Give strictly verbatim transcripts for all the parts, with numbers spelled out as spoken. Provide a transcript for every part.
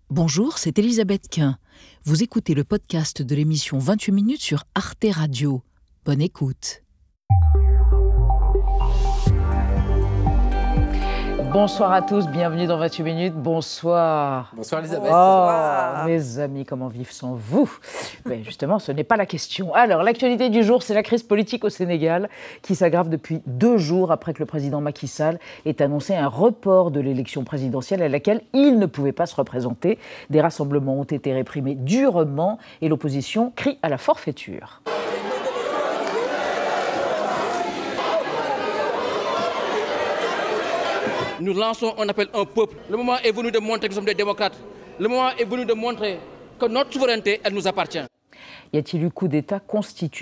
Bonjour, c'est Elisabeth Quint. Vous écoutez le podcast de l'émission vingt-huit minutes sur Arte Radio. Bonne écoute. Bonsoir à tous, bienvenue dans vingt-huit minutes. Bonsoir. Bonsoir Elisabeth. Oh, Bonsoir. Mes amis, comment vivent sans vous ? Mais justement, ce n'est pas la question. Alors, l'actualité du jour, c'est la crise politique au Sénégal qui s'aggrave depuis deux jours après que le président Macky Sall ait annoncé un report de l'élection présidentielle à laquelle il ne pouvait pas se représenter. Des rassemblements ont été réprimés durement et l'opposition crie à la forfaiture. Nous lançons un appel à un peuple. Le moment est venu de montrer que nous sommes des démocrates. Le moment est venu de montrer que notre souveraineté, elle nous appartient. Y a-t-il eu coup d'État constitutionnel ?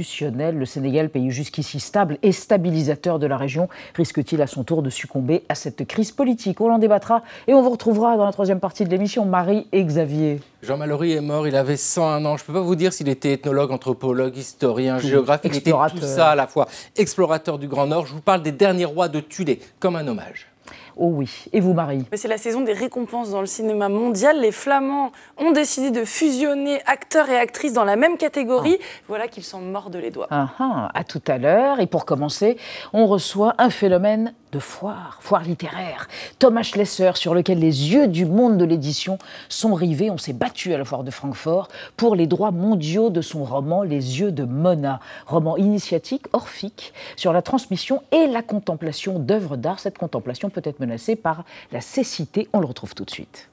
Le Sénégal, pays jusqu'ici stable et stabilisateur de la région, risque-t-il à son tour de succomber à cette crise politique ? On en débattra et on vous retrouvera dans la troisième partie de l'émission, Marie et Xavier. Jean Mallory est mort, il avait cent un ans. Je ne peux pas vous dire s'il était ethnologue, anthropologue, historien, Tout. géographe. Il était tout ça à la fois. Explorateur du Grand Nord. Je vous parle des derniers rois de Tulé, comme un hommage. Oh oui. Et vous, Marie ? C'est la saison des récompenses dans le cinéma mondial. Les Flamands ont décidé de fusionner acteurs et actrices dans la même catégorie. Ah. Voilà qu'ils s'en mordent les doigts. Ah, ah, à tout à l'heure. Et pour commencer, on reçoit un phénomène de foire, foire littéraire. Thomas Schlesser, sur lequel les yeux du monde de l'édition sont rivés. On s'est battu à la foire de Francfort pour les droits mondiaux de son roman Les yeux de Mona. Roman initiatique, orphique, sur la transmission et la contemplation d'œuvres d'art. Cette contemplation peut être menacée par la cécité. On le retrouve tout de suite.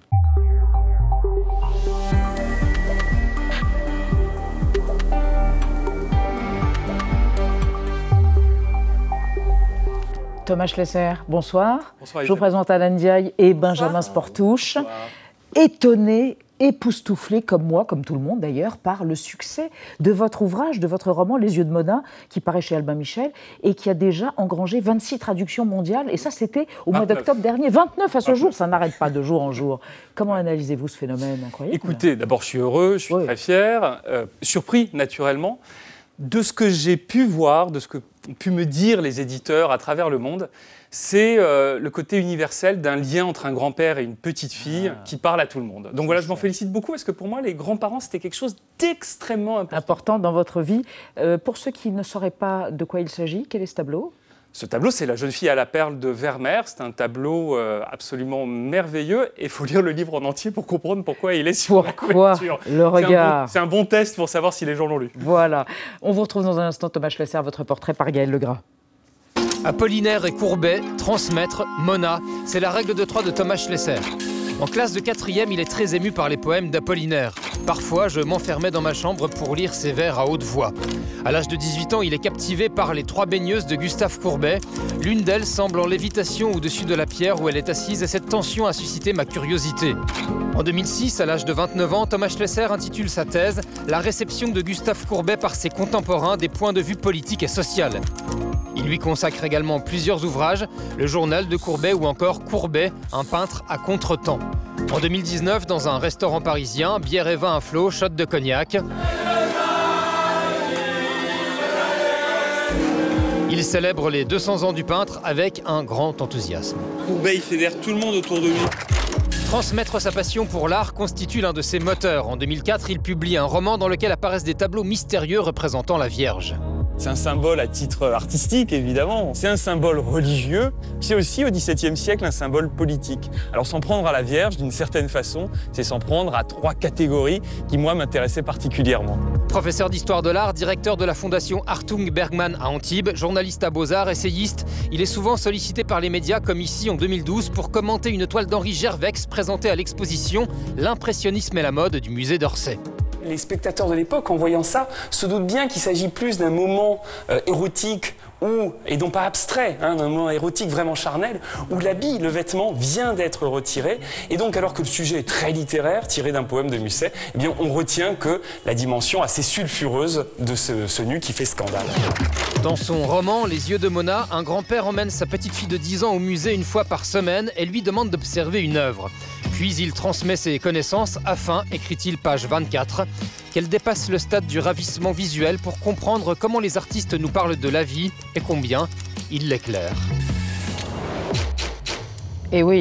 Thomas Schlesser, bonsoir. Bonsoir. Je vous présente Alain Ndiaye et Benjamin Sportouche. Étonné, époustouflé comme moi, comme tout le monde d'ailleurs, par le succès de votre ouvrage, de votre roman Les yeux de Mona, qui paraît chez Albin Michel et qui a déjà engrangé vingt-six traductions mondiales. Et ça, c'était au mois d'octobre dernier. vingt-neuf à ce jour, ça n'arrête pas de jour en jour. Comment analysez-vous ce phénomène incroyable ? Écoutez, d'abord, je suis heureux, je suis oui. très fier, euh, surpris naturellement de ce que j'ai pu voir, de ce que ont pu me dire les éditeurs à travers le monde. C'est euh, le côté universel d'un lien entre un grand-père et une petite-fille ah. qui parle à tout le monde. Donc voilà, je m'en félicite beaucoup parce que pour moi, les grands-parents, c'était quelque chose d'extrêmement important. Important dans votre vie. Euh, pour ceux qui ne sauraient pas de quoi il s'agit, quel est ce tableau ? Ce tableau, c'est La jeune fille à la perle de Vermeer. C'est un tableau euh, absolument merveilleux. Et il faut lire le livre en entier pour comprendre pourquoi il est sur pourquoi la couverture. Le regard. C'est un, bon, c'est un bon test pour savoir si les gens l'ont lu. Voilà. On vous retrouve dans un instant, Thomas Schlesser, votre portrait par Gaël Legras. Apollinaire et Courbet, transmettre, Mona, c'est la règle de trois de Thomas Schlesser. En classe de quatrième, il est très ému par les poèmes d'Apollinaire. Parfois, je m'enfermais dans ma chambre pour lire ses vers à haute voix. À l'âge de dix-huit ans, il est captivé par Les Trois baigneuses de Gustave Courbet. L'une d'elles semble en lévitation au-dessus de la pierre où elle est assise et cette tension a suscité ma curiosité. En deux mille six, à l'âge de vingt-neuf ans, Thomas Schlesser intitule sa thèse « La réception de Gustave Courbet par ses contemporains des points de vue politiques et sociaux ». Il lui consacre également plusieurs ouvrages, le journal de Courbet ou encore Courbet, un peintre à contretemps. En deux mille dix-neuf, dans un restaurant parisien, bière et vin à flot, shot de cognac. Il célèbre les deux cents ans du peintre avec un grand enthousiasme. Courbet, il fédère tout le monde autour de lui. Transmettre sa passion pour l'art constitue l'un de ses moteurs. En deux mille quatre, il publie un roman dans lequel apparaissent des tableaux mystérieux représentant la Vierge. C'est un symbole à titre artistique, évidemment. C'est un symbole religieux. C'est aussi, au dix-septième siècle, un symbole politique. Alors, s'en prendre à la Vierge, d'une certaine façon, c'est s'en prendre à trois catégories qui, moi, m'intéressaient particulièrement. Professeur d'histoire de l'art, directeur de la fondation Hartung Bergman à Antibes, journaliste à Beaux-Arts, essayiste, il est souvent sollicité par les médias, comme ici en deux mille douze, pour commenter une toile d'Henri Gervex présentée à l'exposition « L'impressionnisme et la mode » du musée d'Orsay. Les spectateurs de l'époque, en voyant ça, se doutent bien qu'il s'agit plus d'un moment euh, érotique ou, et non pas abstrait, hein, d'un moment érotique vraiment charnel, où l'habit, le vêtement vient d'être retiré. Et donc, alors que le sujet est très littéraire, tiré d'un poème de Musset, eh bien, on retient que la dimension assez sulfureuse de ce, ce nu qui fait scandale. Dans son roman « Les yeux de Mona », un grand-père emmène sa petite fille de dix ans au musée une fois par semaine et lui demande d'observer une œuvre. Puis il transmet ses connaissances afin, écrit-il page vingt-quatre, qu'elle dépasse le stade du ravissement visuel pour comprendre comment les artistes nous parlent de la vie et combien ils l'éclairent. Et oui,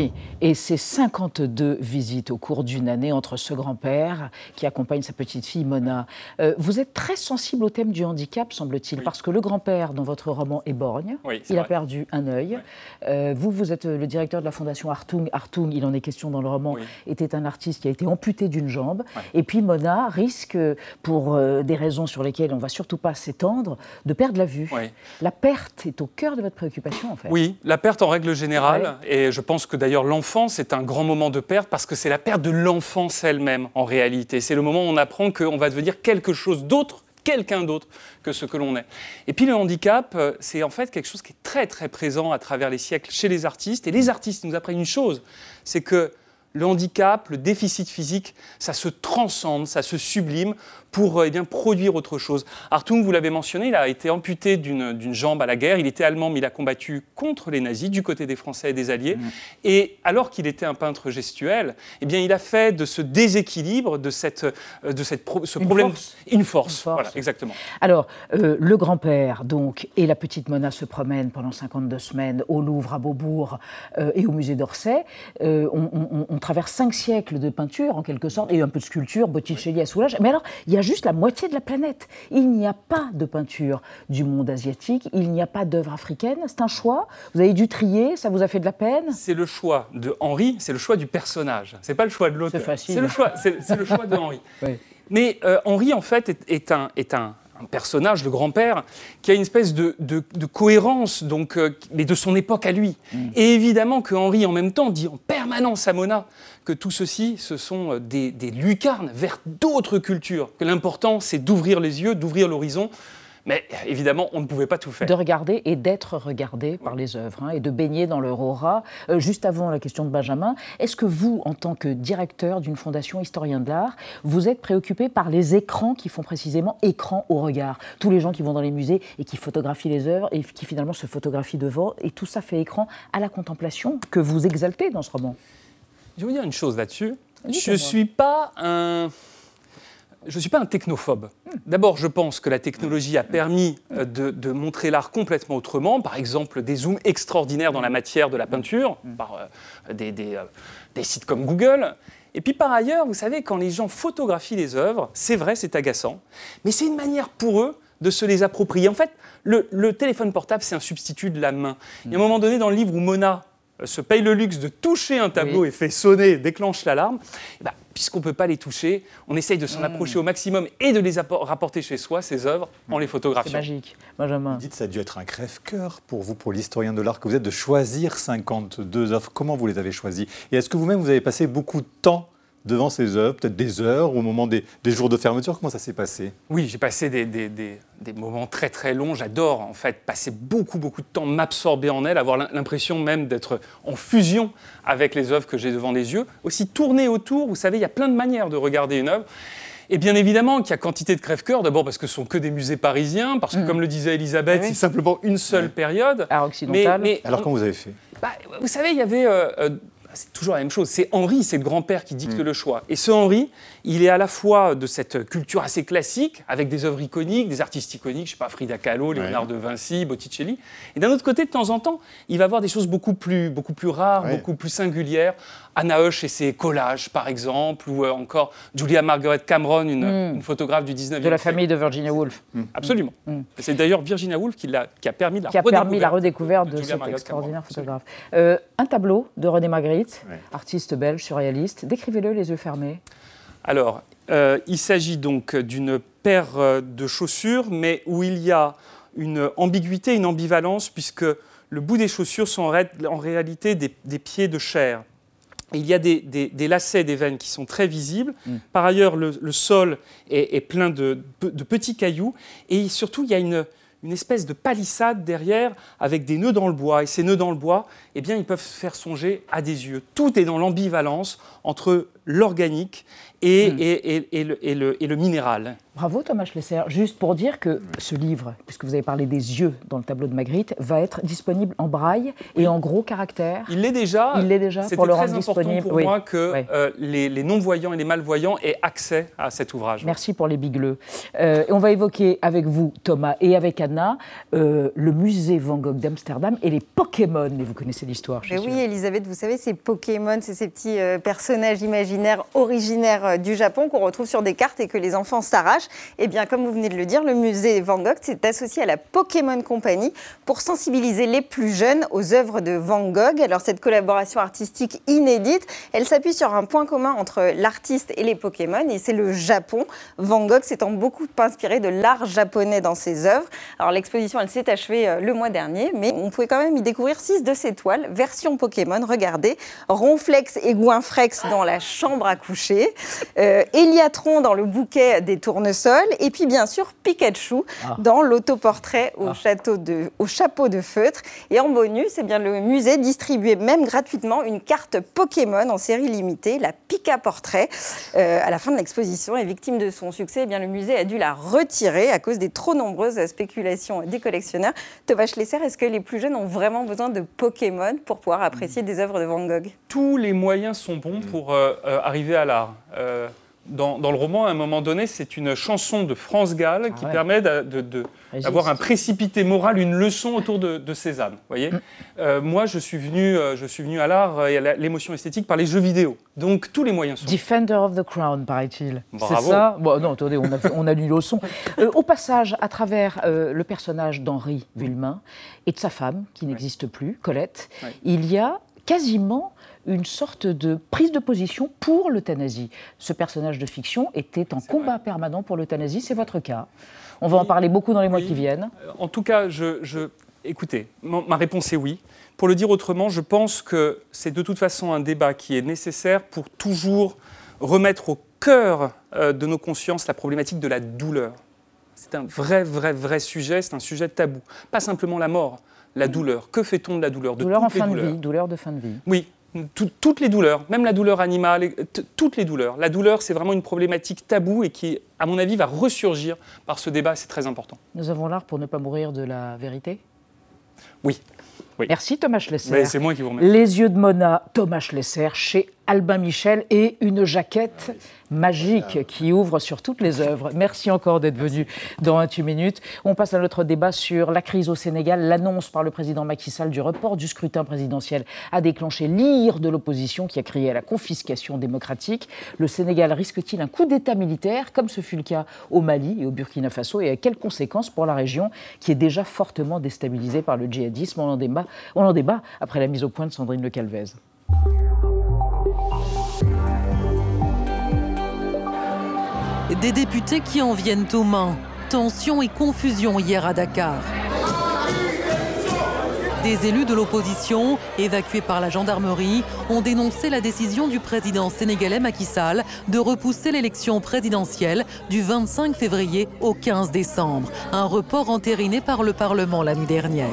Et c'est cinquante-deux visites au cours d'une année entre ce grand-père qui accompagne sa petite-fille Mona. Euh, vous êtes très sensible au thème du handicap, semble-t-il, Oui. parce que le grand-père, dans votre roman, est borgne. Oui, c'est il a vrai. perdu un œil. Oui. Euh, vous, vous êtes le directeur de la fondation Hartung. Hartung, il en est question dans le roman, Oui. était un artiste qui a été amputé d'une jambe. Ouais. Et puis Mona risque, pour euh, des raisons sur lesquelles on ne va surtout pas s'étendre, de perdre la vue. Oui. La perte est au cœur de votre préoccupation, en fait. Oui, la perte en règle générale, et je pense que d'ailleurs l'enfance est un grand moment de perte parce que c'est la perte de l'enfance elle-même en réalité. C'est le moment où on apprend qu'on va devenir quelque chose d'autre, quelqu'un d'autre que ce que l'on est. Et puis le handicap, c'est en fait quelque chose qui est très très présent à travers les siècles chez les artistes. Et les artistes nous apprennent une chose, c'est que le handicap, le déficit physique, ça se transcende, ça se sublime pour eh bien, produire autre chose. Hartung, vous l'avez mentionné, il a été amputé d'une, d'une jambe à la guerre. Il était allemand, mais il a combattu contre les nazis, du côté des Français et des Alliés. Mmh. Et alors qu'il était un peintre gestuel, eh bien, il a fait de ce déséquilibre, de, cette, de cette pro- ce une problème, force. une force. Une force. Voilà, exactement. Alors, euh, le grand-père donc, et la petite Mona se promènent pendant cinquante-deux semaines au Louvre, à Beaubourg euh, et au musée d'Orsay. Euh, on, on, on traverse cinq siècles de peinture, en quelque sorte, et un peu de sculpture, Botticelli à Soulages. Mais alors, il y a juste la moitié de la planète. Il n'y a pas de peinture du monde asiatique, il n'y a pas d'œuvre africaine. C'est un choix. Vous avez dû trier, ça vous a fait de la peine? C'est le choix de Henri, c'est le choix du personnage. C'est pas le choix de l'auteur. C'est facile. C'est le choix, c'est, c'est le choix de Henri. Oui. Mais euh, Henri, en fait, est, est un... Est un un personnage, le grand-père, qui a une espèce de, de, de cohérence, donc, euh, mais de son époque à lui. Mm. Et évidemment que Henri, en même temps, dit en permanence à Mona que tout ceci, ce sont des, des lucarnes vers d'autres cultures, que l'important, c'est d'ouvrir les yeux, d'ouvrir l'horizon. Mais évidemment, on ne pouvait pas tout faire. De regarder et d'être regardé par les œuvres, hein, et de baigner dans leur aura. Euh, juste avant la question de Benjamin, est-ce que vous, en tant que directeur d'une fondation historien de l'art, vous êtes préoccupé par les écrans qui font précisément écran au regard? Tous les gens qui vont dans les musées et qui photographient les œuvres et qui finalement se photographient devant, et tout ça fait écran à la contemplation que vous exaltez dans ce roman. Je vais vous dire une chose là-dessus. Dites-moi. Je ne suis pas un... Je ne suis pas un technophobe. D'abord, je pense que la technologie a permis de, de montrer l'art complètement autrement, par exemple des zooms extraordinaires dans la matière de la peinture, par euh, des, des, euh, des sites comme Google. Et puis par ailleurs, vous savez, quand les gens photographient les œuvres, c'est vrai, c'est agaçant, mais c'est une manière pour eux de se les approprier. En fait, le, le téléphone portable, c'est un substitut de la main. Il y a un moment donné dans le livre où Mona se paye le luxe de toucher un tableau oui. et fait sonner, déclenche l'alarme, et ben, puisqu'on ne peut pas les toucher, on essaye de s'en mmh. approcher au maximum et de les appor- rapporter chez soi, ces œuvres, en les photographiant. C'est magique. Benjamin. Vous dites que ça a dû être un crève-cœur pour vous, pour l'historien de l'art que vous êtes, de choisir cinquante-deux œuvres. Comment vous les avez choisies? Et est-ce que vous-même, vous avez passé beaucoup de temps devant ces œuvres, peut-être des heures, au moment des, des jours de fermeture? Comment ça s'est passé? Oui, j'ai passé des, des, des, des moments très très longs. J'adore en fait passer beaucoup beaucoup de temps, m'absorber en elles, avoir l'impression même d'être en fusion avec les œuvres que j'ai devant les yeux. Aussi tourner autour, vous savez, il y a plein de manières de regarder une œuvre. Et bien évidemment qu'il y a quantité de crève-cœur, d'abord parce que ce ne sont que des musées parisiens, parce que mmh. comme le disait Elisabeth, oui. c'est simplement une seule oui. période. Art occidental. Mais, mais Alors on, comment vous avez fait? bah, Vous savez, il y avait... Euh, euh, c'est toujours la même chose. C'est Henri, c'est le grand-père qui dicte mmh. le choix. Et ce Henri, il est à la fois de cette culture assez classique, avec des œuvres iconiques, des artistes iconiques, je ne sais pas, Frida Kahlo, Léonard ouais. de Vinci, Botticelli. Et d'un autre côté, de temps en temps, il va avoir des choses beaucoup plus, beaucoup plus rares, ouais. beaucoup plus singulières. Anna Hush et ses collages, par exemple, ou euh, encore Julia Margaret Cameron, une, mmh. une photographe du dix-neuvième De la siècle. famille de Virginia Woolf. Mmh. Absolument. Mmh. C'est d'ailleurs Virginia Woolf qui, l'a, qui a permis la qui a redécouverte, permis la redécouverte de, de cet Margaret extraordinaire Cameron. photographe. Euh, un tableau de René Magritte, ouais. artiste belge, surréaliste. Décrivez-le les yeux fermés. Alors, euh, il s'agit donc d'une paire de chaussures, mais où il y a une ambiguïté, une ambivalence, puisque le bout des chaussures sont en, ré- en réalité des, des pieds de chair. Il y a des, des, des lacets, des veines qui sont très visibles. Mm. Par ailleurs, le, le sol est, est plein de, de petits cailloux. Et surtout, il y a une, une espèce de palissade derrière avec des nœuds dans le bois. Et ces nœuds dans le bois, eh bien, ils peuvent faire songer à des yeux. Tout est dans l'ambivalence entre l'organique et, mm. et, et, et, le, et, le, et le minéral. Bravo Thomas Schlesser. Juste pour dire que ce livre, puisque vous avez parlé des yeux dans le tableau de Magritte, va être disponible en braille et en gros caractères. Il l'est déjà. Il l'est déjà C'était pour le très rendre important disponible. pour oui. moi que oui. euh, les, les non-voyants et les malvoyants aient accès à cet ouvrage. Merci pour les bigleux. Euh, on va évoquer avec vous, Thomas, et avec Anna, euh, le musée Van Gogh d'Amsterdam et les Pokémon. Mais vous connaissez connaissez l'histoire. Mais oui, Elisabeth, vous savez, ces Pokémon, c'est ces petits euh, personnages imaginaires originaires euh, du Japon qu'on retrouve sur des cartes et que les enfants s'arrachent. Eh bien, comme vous venez de le dire, le musée Van Gogh s'est associé à la Pokémon Company pour sensibiliser les plus jeunes aux œuvres de Van Gogh. Alors, cette collaboration artistique inédite, elle s'appuie sur un point commun entre l'artiste et les Pokémon, et c'est le Japon. Van Gogh s'étant beaucoup inspiré de l'art japonais dans ses œuvres. Alors, l'exposition, elle s'est achevée euh, le mois dernier, mais on pouvait quand même y découvrir six de ses toiles, version Pokémon. Regardez, Ronflex et Goinfrex dans la chambre à coucher, euh, Eliatron dans le bouquet des tournesols, et puis bien sûr Pikachu ah. dans l'autoportrait au, ah. château de, au chapeau de feutre. Et en bonus, eh bien, le musée distribuait même gratuitement une carte Pokémon en série limitée, la Pika Portrait. Euh, à la fin de l'exposition, et victime de son succès, eh bien, le musée a dû la retirer à cause des trop nombreuses spéculations des collectionneurs. Thomas Schlesser, est-ce que les plus jeunes ont vraiment besoin de Pokémon pour pouvoir apprécier des œuvres de Van Gogh? Tous les moyens sont bons pour euh, euh, arriver à l'art. Euh, dans, dans le roman, à un moment donné, c'est une chanson de France Gall qui ah ouais. permet de, de, de, d'avoir un précipité moral, une leçon autour de, de Cézanne. Voyez mm. euh, moi, je suis, venu, euh, je suis venu à l'art et à l'émotion esthétique par les jeux vidéo. Donc, tous les moyens sont Defender of the Crown, paraît-il. Bravo. C'est ça bon, non, attendez, on a, fait, on a lu le son. Euh, au passage, à travers euh, le personnage d'Henri Villemain et de sa femme, qui n'existe plus, Colette, oui. il y a quasiment une sorte de prise de position pour l'euthanasie. Ce personnage de fiction était en c'est combat vrai. permanent pour l'euthanasie, c'est votre cas. On va oui. en parler beaucoup dans les mois oui. qui viennent. En tout cas, je, je... écoutez, ma réponse est oui. Pour le dire autrement, je pense que c'est de toute façon un débat qui est nécessaire pour toujours remettre au cœur euh, de nos consciences la problématique de la douleur. C'est un vrai, vrai, vrai sujet, c'est un sujet tabou. Pas simplement la mort, la douleur. Que fait-on de la douleur de Douleur en fin de vie, douleur de fin de vie. Oui. Tout, toutes les douleurs, même la douleur animale, t- toutes les douleurs. La douleur, c'est vraiment une problématique taboue et qui, à mon avis, va ressurgir par ce débat, c'est très important. Nous avons l'art pour ne pas mourir de la vérité ? Oui. oui. Merci Thomas Schlesser. Mais c'est moi qui vous remercie. Les yeux de Mona, Thomas Schlesser, chez Albin Michel, et une jaquette magique qui ouvre sur toutes les œuvres. Merci encore d'être venu dans vingt-huit minutes. On passe à notre débat sur la crise au Sénégal. L'annonce par le président Macky Sall du report du scrutin présidentiel a déclenché l'ire de l'opposition qui a crié à la confiscation démocratique. Le Sénégal risque-t-il un coup d'État militaire, comme ce fut le cas au Mali et au Burkina Faso, et à quelles conséquences pour la région qui est déjà fortement déstabilisée par le djihadisme? On en débat, on en débat après la mise au point de Sandrine Le Calvez. Des députés qui en viennent aux mains. Tension et confusion hier à Dakar. Des élus de l'opposition, évacués par la gendarmerie, ont dénoncé la décision du président sénégalais Macky Sall de repousser l'élection présidentielle du vingt-cinq février au quinze décembre. Un report entériné par le Parlement l'année dernière.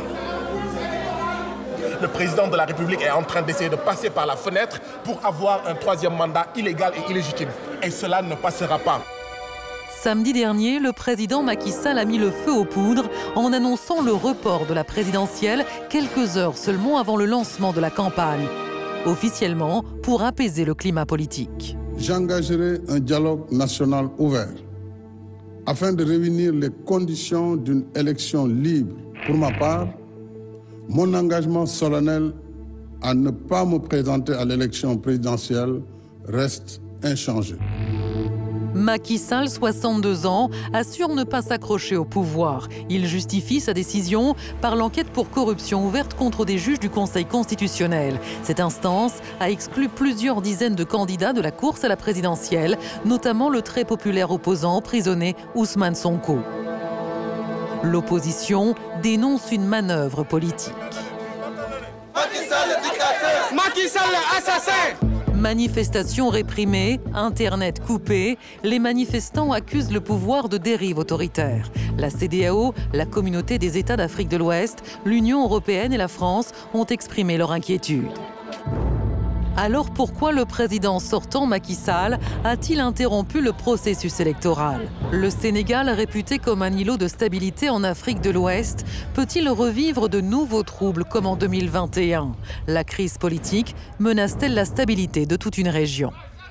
Le président de la République est en train d'essayer de passer par la fenêtre pour avoir un troisième mandat illégal et illégitime. Et cela ne passera pas. Samedi dernier, le président Macky Sall a mis le feu aux poudres en annonçant le report de la présidentielle quelques heures seulement avant le lancement de la campagne. Officiellement, pour apaiser le climat politique. J'engagerai un dialogue national ouvert afin de réunir les conditions d'une élection libre. Pour ma part, mon engagement solennel à ne pas me présenter à l'élection présidentielle reste inchangé. Macky Sall, soixante-deux ans, assure ne pas s'accrocher au pouvoir. Il justifie sa décision par l'enquête pour corruption ouverte contre des juges du Conseil constitutionnel. Cette instance a exclu plusieurs dizaines de candidats de la course à la présidentielle, notamment le très populaire opposant emprisonné Ousmane Sonko. L'opposition dénonce une manœuvre politique. Macky Sall le dictateur! Macky Sall l'assassin! Manifestations réprimées, Internet coupé, les manifestants accusent le pouvoir de dérive autoritaire. La C E D E A O, la Communauté des États d'Afrique de l'Ouest, l'Union européenne et la France ont exprimé leur inquiétude. Alors pourquoi le président sortant Macky Sall a-t-il interrompu le processus électoral? Le Sénégal, réputé comme un îlot de stabilité en Afrique de l'Ouest, peut-il revivre de nouveaux troubles comme en deux mille vingt et un? La crise politique menace-t-elle la stabilité de toute une région?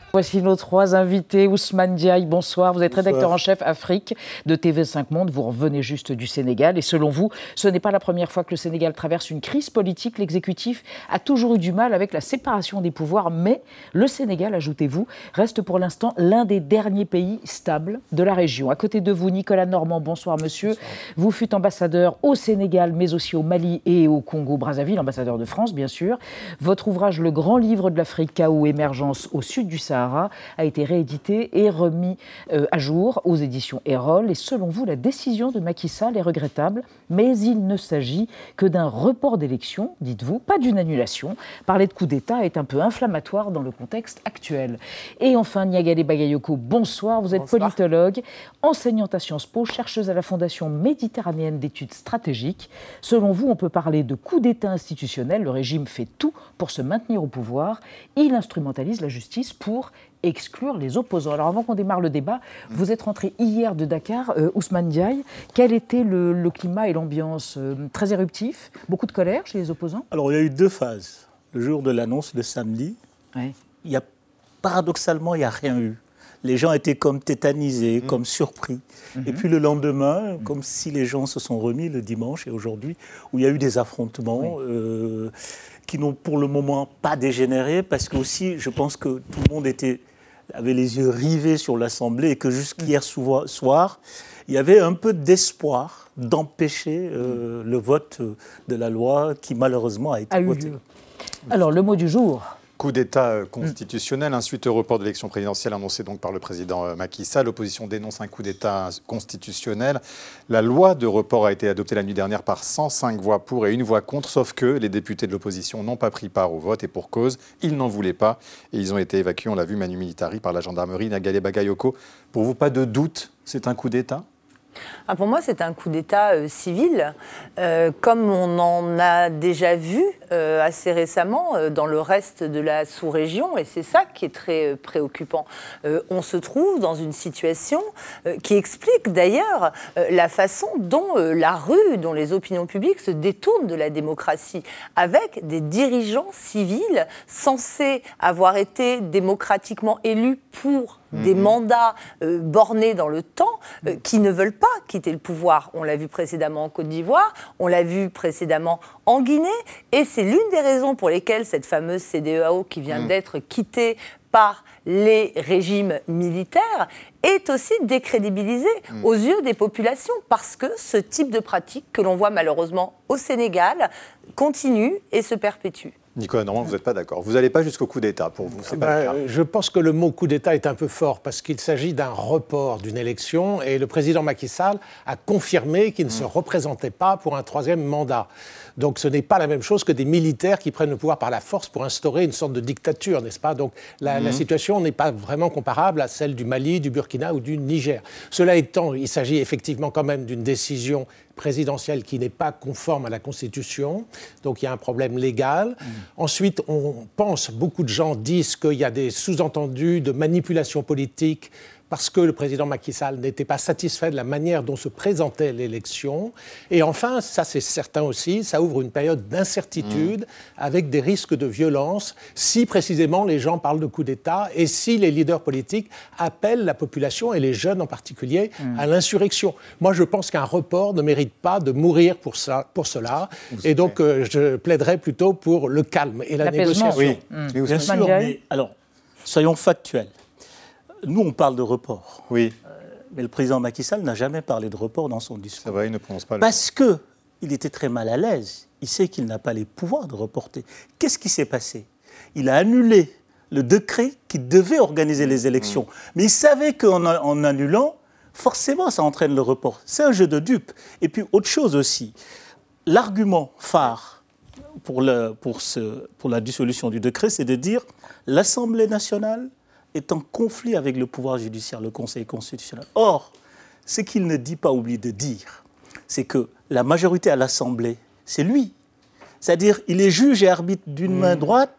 Voici nos trois invités. Ousmane Diaye, bonsoir. Vous êtes Bonsoir. rédacteur en chef Afrique de T V cinq Monde. Vous revenez juste du Sénégal. Et selon vous, ce n'est pas la première fois que le Sénégal traverse une crise politique. L'exécutif a toujours eu du mal avec la séparation des pouvoirs. Mais le Sénégal, ajoutez-vous, reste pour l'instant l'un des derniers pays stables de la région. À côté de vous, Nicolas Normand, bonsoir monsieur. Bonsoir. Vous fûtes ambassadeur au Sénégal, mais aussi au Mali et au Congo-Brazzaville, ambassadeur de France, bien sûr. Votre ouvrage, Le Grand Livre de l'Afrique, Chaos, Émergence au sud du Sahara, a été réédité et remis euh, à jour aux éditions Erol. Et selon vous, la décision de Macky Sall est regrettable, mais il ne s'agit que d'un report d'élection, dites-vous, pas d'une annulation. Parler de coup d'État est un peu inflammatoire dans le contexte actuel. Et enfin, Niagalé Bagayoko, bonsoir. Vous êtes bonsoir. Politologue, enseignante à Sciences Po, chercheuse à la Fondation méditerranéenne d'études stratégiques. Selon vous, on peut parler de coup d'État institutionnel. Le régime fait tout pour se maintenir au pouvoir. Il instrumentalise la justice pour exclure les opposants. Alors avant qu'on démarre le débat, vous êtes rentré hier de Dakar, euh, Ousmane Diaye. Quel était le, le climat et l'ambiance euh, très éruptif? Beaucoup de colère chez les opposants? Alors il y a eu deux phases. Le jour de l'annonce, le samedi, ouais. il y a, paradoxalement, il n'y a rien eu. Les gens étaient comme tétanisés, mmh. comme surpris. Mmh. Et puis le lendemain, mmh. comme si les gens se sont remis le dimanche et aujourd'hui, où il y a eu des affrontements oui. euh, qui n'ont pour le moment pas dégénéré, parce que aussi, je pense que tout le monde était, avait les yeux rivés sur l'Assemblée et que jusqu'hier mmh. soir, il y avait un peu d'espoir d'empêcher euh, le vote de la loi qui malheureusement a été a votée. Alors le mot du jour. Coup d'État constitutionnel, mmh. suite au report de l'élection présidentielle annoncé donc par le président Macky Sall. L'opposition dénonce un coup d'État constitutionnel. La loi de report a été adoptée la nuit dernière par cent cinq voix pour et une voix contre, sauf que les députés de l'opposition n'ont pas pris part au vote et pour cause, ils n'en voulaient pas. Et ils ont été évacués, on l'a vu, manu militari par la gendarmerie. Niagalé Bagayoko, pour vous, pas de doute, c'est un coup d'État ? Ah, pour moi, c'est un coup d'État euh, civil, euh, comme on en a déjà vu euh, assez récemment euh, dans le reste de la sous-région, et c'est ça qui est très euh, préoccupant. Euh, on se trouve dans une situation euh, qui explique d'ailleurs euh, la façon dont euh, la rue, dont les opinions publiques se détournent de la démocratie, avec des dirigeants civils censés avoir été démocratiquement élus pour mmh. des mandats euh, bornés dans le temps, euh, qui ne veulent pas quitter le pouvoir. On l'a vu précédemment en Côte d'Ivoire, on l'a vu précédemment en Guinée, et c'est l'une des raisons pour lesquelles cette fameuse C D E A O qui vient mmh. d'être quittée par les régimes militaires est aussi décrédibilisée mmh. aux yeux des populations, parce que ce type de pratique que l'on voit malheureusement au Sénégal continue et se perpétue. Nicolas Normand, vous n'êtes pas d'accord. Vous n'allez pas jusqu'au coup d'État, pour vous, c'est ben, pas le cas. Je pense que le mot coup d'État est un peu fort, parce qu'il s'agit d'un report d'une élection, et le président Macky Sall a confirmé qu'il ne mmh. se représentait pas pour un troisième mandat. Donc ce n'est pas la même chose que des militaires qui prennent le pouvoir par la force pour instaurer une sorte de dictature, n'est-ce pas? Donc la, mmh. la situation n'est pas vraiment comparable à celle du Mali, du Burkina ou du Niger. Cela étant, il s'agit effectivement quand même d'une décision présidentielle qui n'est pas conforme à la Constitution, donc il y a un problème légal. Mmh. Ensuite, on pense, beaucoup de gens disent qu'il y a des sous-entendus de manipulation politique parce que le président Macky Sall n'était pas satisfait de la manière dont se présentait l'élection. Et enfin, ça c'est certain aussi, ça ouvre une période d'incertitude mmh. avec des risques de violence si précisément les gens parlent de coup d'État et si les leaders politiques appellent la population, et les jeunes en particulier, mmh. à l'insurrection. Moi, je pense qu'un report ne mérite pas de mourir pour, ça, pour cela. Vous et donc, euh, je plaiderais plutôt pour le calme et la, la négociation. Oui, mmh. bien sûr, mais alors, soyons factuels. Nous, on parle de report. Oui. Euh, mais le président Macky Sall n'a jamais parlé de report dans son discours. C'est vrai, il ne prononce pas le... Parce qu'il était très mal à l'aise. Il sait qu'il n'a pas les pouvoirs de reporter. Qu'est-ce qui s'est passé? Il a annulé le décret qui devait organiser les élections. Mmh. Mais il savait qu'en en annulant, forcément, ça entraîne le report. C'est un jeu de dupes. Et puis, autre chose aussi, l'argument phare pour, le, pour, ce, pour la dissolution du décret, c'est de dire l'Assemblée nationale est en conflit avec le pouvoir judiciaire, le Conseil constitutionnel. Or, ce qu'il ne dit pas, oublie de dire, c'est que la majorité à l'Assemblée, c'est lui. C'est-à-dire, il est juge et arbitre d'une mmh. main droite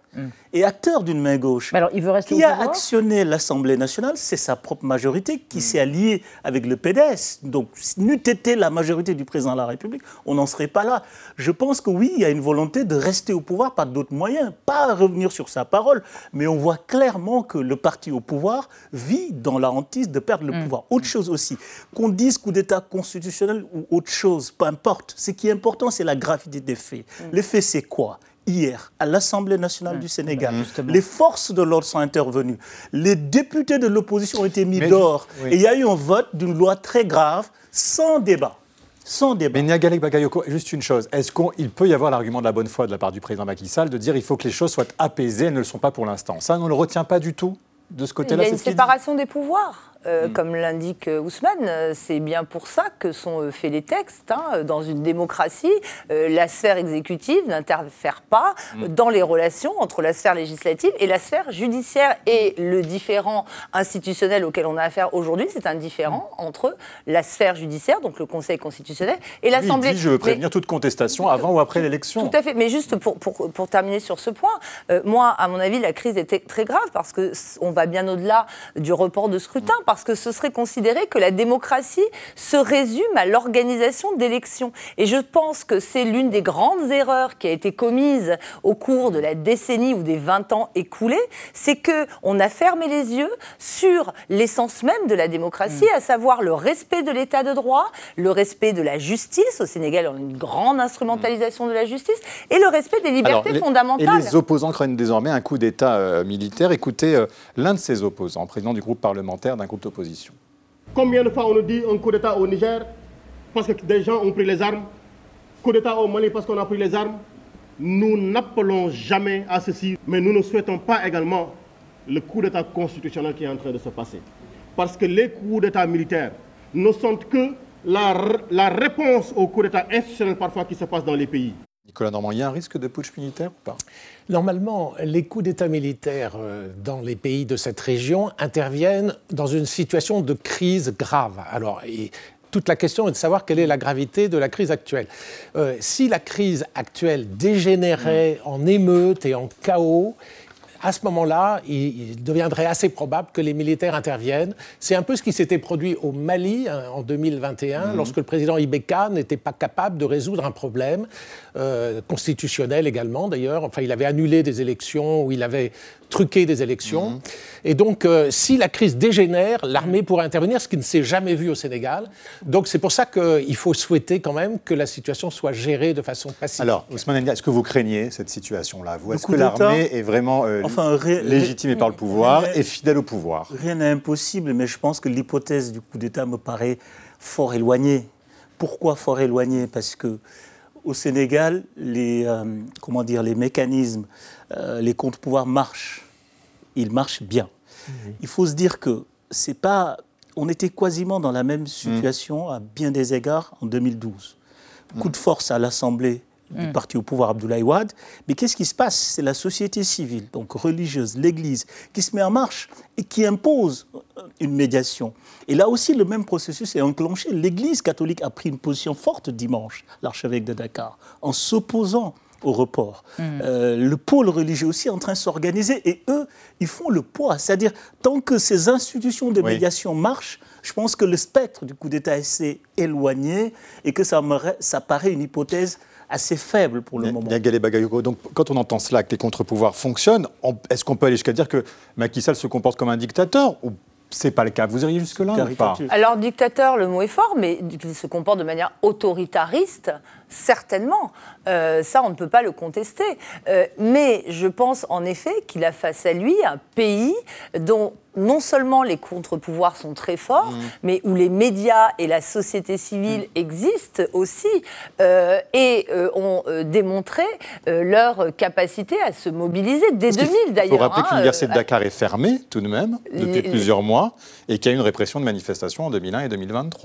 mmh. et acteur d'une main gauche. Mais alors, il veut rester qui au a pouvoir actionné l'Assemblée nationale, c'est sa propre majorité qui mmh. s'est alliée avec le P D S. Donc, si n'eût été la majorité du président de la République, on n'en serait pas là. Je pense que oui, il y a une volonté de rester au pouvoir par d'autres moyens, pas revenir sur sa parole, mais on voit clairement que le parti au pouvoir vit dans la hantise de perdre le mmh. pouvoir. Autre chose aussi, qu'on dise coup d'État constitutionnel ou autre chose, peu importe. Ce qui est important, c'est la gravité des faits. Mmh. Les faits, c'est quoi ? Hier, à l'Assemblée nationale mmh. du Sénégal, Justement. les forces de l'ordre sont intervenues. Les députés de l'opposition ont été mis Mais dehors. Je... Oui. Et il y a eu un vote d'une loi très grave, sans débat. Sans débat. Mais Niagalé Bagayoko, juste une chose. Est-ce qu'il peut y avoir l'argument de la bonne foi de la part du président Macky Sall de dire qu'il faut que les choses soient apaisées, elles ne le sont pas pour l'instant. Ça, on ne le retient pas du tout de ce côté-là. Il y a une séparation des pouvoirs. Euh, mmh. Comme l'indique Ousmane, c'est bien pour ça que sont faits les textes. Hein. Dans une démocratie, euh, la sphère exécutive n'interfère pas mmh. dans les relations entre la sphère législative et la sphère judiciaire. Et le différend institutionnel auquel on a affaire aujourd'hui, c'est un différend mmh. entre la sphère judiciaire, donc le Conseil constitutionnel, et l'Assemblée. Il dit, je veux prévenir Mais, toute contestation avant ou après l'élection. Tout à fait. Mais juste pour, pour, pour terminer sur ce point, euh, moi, à mon avis, la crise était très grave parce qu'on va bien au-delà du report de scrutin. Mmh. Parce que ce serait considéré que la démocratie se résume à l'organisation d'élections. Et je pense que c'est l'une des grandes erreurs qui a été commise au cours de la décennie ou des vingt ans écoulés, c'est qu'on a fermé les yeux sur l'essence même de la démocratie, mmh. à savoir le respect de l'état de droit, le respect de la justice. Au Sénégal, on a une grande instrumentalisation de la justice, et le respect des libertés Alors, les, fondamentales. Et les opposants craignent désormais un coup d'État euh, militaire. Écoutez, euh, l'un de ces opposants, président du groupe parlementaire d'un groupe d'opposition. Combien de fois on nous dit un coup d'État au Niger parce que des gens ont pris les armes, coup d'État au Mali parce qu'on a pris les armes. Nous n'appelons jamais à ceci, mais nous ne souhaitons pas également le coup d'État constitutionnel qui est en train de se passer. Parce que les coups d'État militaires ne sont que la, la réponse aux coups d'État institutionnels parfois qui se passent dans les pays. Nicolas Normand, il y a un risque de putsch militaire ou pas ? Normalement, les coups d'État militaires dans les pays de cette région interviennent dans une situation de crise grave. Alors, et toute la question est de savoir quelle est la gravité de la crise actuelle. Euh, si la crise actuelle dégénérait mmh. en émeute et en chaos, à ce moment-là, il deviendrait assez probable que les militaires interviennent. C'est un peu ce qui s'était produit au Mali hein, en deux mille vingt et un, mmh. lorsque le président Ibeka n'était pas capable de résoudre un problème, euh, constitutionnel également d'ailleurs. Enfin, il avait annulé des élections ou il avait truqué des élections. Mmh. Et donc, euh, si la crise dégénère, l'armée pourrait intervenir, ce qui ne s'est jamais vu au Sénégal. Donc, c'est pour ça qu'il faut souhaiter quand même que la situation soit gérée de façon pacifique. Alors, Ousmane Ndiaye, est-ce que vous craignez cette situation-là, vous ? Est-ce que l'armée est vraiment euh, enfin, ré- légitimée ré- par le pouvoir ré- et fidèle au pouvoir ? Rien n'est impossible, mais je pense que l'hypothèse du coup d'État me paraît fort éloignée. Pourquoi fort éloignée ? Parce que au Sénégal, les, euh, comment dire, les mécanismes, euh, les contre-pouvoirs marchent. Ils marchent bien. Mmh. Il faut se dire que c'est pas... On était quasiment dans la même situation mmh. à bien des égards en deux mille douze. Mmh. Coup de force à l'Assemblée du mmh. parti au pouvoir Abdoulaye Wade. Mais qu'est-ce qui se passe ? C'est la société civile, donc religieuse, l'Église, qui se met en marche et qui impose une médiation. Et là aussi, le même processus est enclenché. L'Église catholique a pris une position forte dimanche, l'archevêque de Dakar, en s'opposant au report. Mmh. Euh, le pôle religieux aussi est en train de s'organiser et eux, ils font le poids. C'est-à-dire, tant que ces institutions de oui. médiation marchent, je pense que le spectre du coup d'État est assez éloigné et que ça, me, ça paraît une hypothèse assez faible pour le N- moment. Niagalé Bagayoko, donc quand on entend cela, que les contre-pouvoirs fonctionnent, on, est-ce qu'on peut aller jusqu'à dire que Macky Sall se comporte comme un dictateur ou c'est pas le cas? Vous iriez jusque-là ou pas? Alors, dictateur, le mot est fort, mais il se comporte de manière autoritariste, certainement. Euh, ça, on ne peut pas le contester. Euh, mais je pense en effet qu'il a face à lui un pays dont non seulement les contre-pouvoirs sont très forts, mmh. mais où les médias et la société civile mmh. existent aussi euh, et euh, ont euh, démontré euh, leur capacité à se mobiliser dès deux mille d'ailleurs. Il faut rappeler hein, que l'université de euh, Dakar est fermée tout de même depuis les, plusieurs mois et qu'il y a eu une répression de manifestations en deux mille un et deux mille vingt-trois.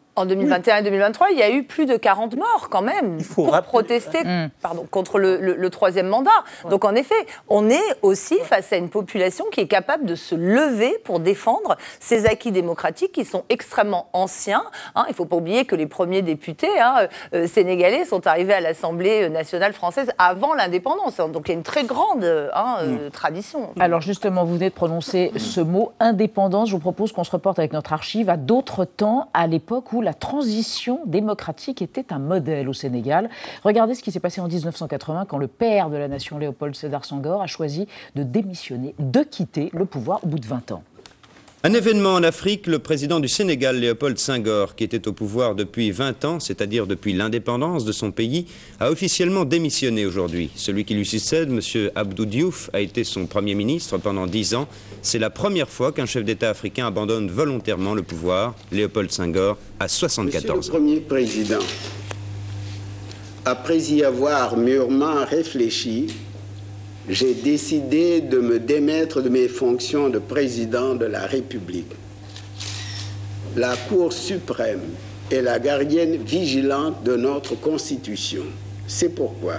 En deux mille vingt et un oui. et deux mille vingt-trois, il y a eu plus de quarante morts quand même il faut pour rappeler... protester mmh. pardon, contre le, le, le troisième mandat. Ouais. Donc en effet, on est aussi face à une population qui est capable de se lever pour défendre ces acquis démocratiques qui sont extrêmement anciens. Hein, il ne faut pas oublier que les premiers députés hein, euh, sénégalais sont arrivés à l'Assemblée nationale française avant l'indépendance. Donc il y a une très grande hein, euh, mmh. tradition. Alors justement, vous venez de prononcer mmh. ce mot indépendance. Je vous propose qu'on se reporte avec notre archive à d'autres temps, à l'époque où la transition démocratique était un modèle au Sénégal. Regardez ce qui s'est passé en dix-neuf cent quatre-vingts quand le père de la nation, Léopold Sédar Senghor, a choisi de démissionner, de quitter le pouvoir au bout de vingt ans. Un événement en Afrique, le président du Sénégal, Léopold Senghor, qui était au pouvoir depuis vingt ans, c'est-à-dire depuis l'indépendance de son pays, a officiellement démissionné aujourd'hui. Celui qui lui succède, M. Abdou Diouf, a été son Premier ministre pendant dix ans. C'est la première fois qu'un chef d'État africain abandonne volontairement le pouvoir. Léopold Senghor a soixante-quatorze ans. Monsieur le Premier Président, après y avoir mûrement réfléchi, j'ai décidé de me démettre de mes fonctions de président de la République. La Cour suprême est la gardienne vigilante de notre Constitution. C'est pourquoi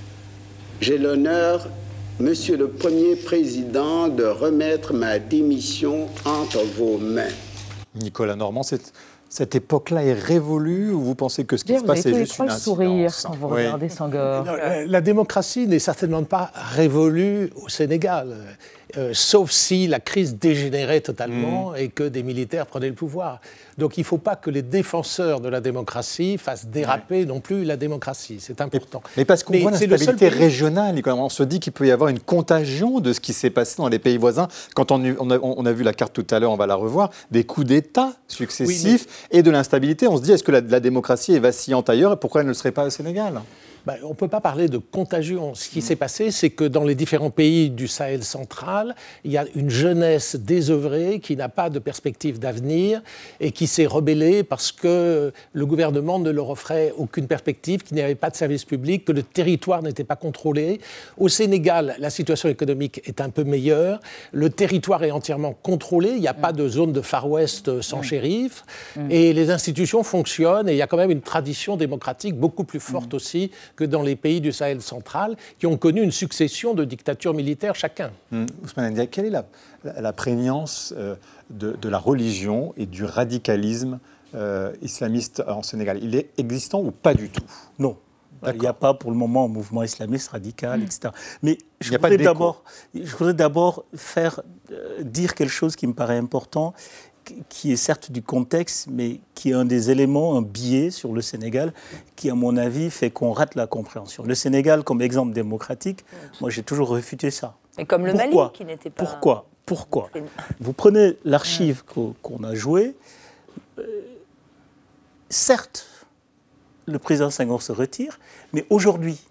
j'ai l'honneur, Monsieur le Premier Président, de remettre ma démission entre vos mains. Nicolas Normand, c'est... Cette époque-là est révolue ou vous pensez que ce qui se passe est juste une incidence ? Sourire quand vous oui. regardez Senghor. La, la démocratie n'est certainement pas révolue au Sénégal, euh, sauf si la crise dégénérait totalement mmh. et que des militaires prenaient le pouvoir. Donc il ne faut pas que les défenseurs de la démocratie fassent déraper ouais. non plus la démocratie. C'est important. Mais, mais parce qu'on mais voit l'instabilité régionale, on se dit qu'il peut y avoir une contagion de ce qui s'est passé dans les pays voisins. Quand on, on, a, on a vu la carte tout à l'heure, on va la revoir, des coups d'État successifs oui, mais... et de l'instabilité. On se dit, est-ce que la, la démocratie est vacillante ailleurs et pourquoi elle ne le serait pas au Sénégal ? Ben, on ne peut pas parler de contagion. Ce qui mmh. s'est passé, c'est que dans les différents pays du Sahel central, il y a une jeunesse désœuvrée qui n'a pas de perspective d'avenir et qui s'est rebellée parce que le gouvernement ne leur offrait aucune perspective, qu'il n'y avait pas de service public, que le territoire n'était pas contrôlé. Au Sénégal, la situation économique est un peu meilleure. Le territoire est entièrement contrôlé. Il n'y a mmh. pas de zone de Far West sans mmh. shérif. Mmh. Et les institutions fonctionnent. Et il y a quand même une tradition démocratique beaucoup plus forte mmh. aussi que dans les pays du Sahel central, qui ont connu une succession de dictatures militaires chacun. Mmh. Ousmane Ndiaye, quelle est la, la, la prégnance euh, de, de la religion et du radicalisme euh, islamiste en Sénégal ? Il est existant ou pas du tout ? Non. D'accord. Il n'y a pas pour le moment un mouvement islamiste radical, mmh. et cetera. Mais je voudrais, d'abord, je voudrais d'abord faire, euh, dire quelque chose qui me paraît important, qui est certes du contexte, mais qui est un des éléments, un biais sur le Sénégal, qui, à mon avis, fait qu'on rate la compréhension. Le Sénégal, comme exemple démocratique, moi, j'ai toujours refuté ça. Et comme le Pourquoi Mali, qui n'était pas... Pourquoi Pourquoi Vous prenez l'archive ouais. qu'on a jouée, euh, certes, le président Senghor se retire, mais aujourd'hui,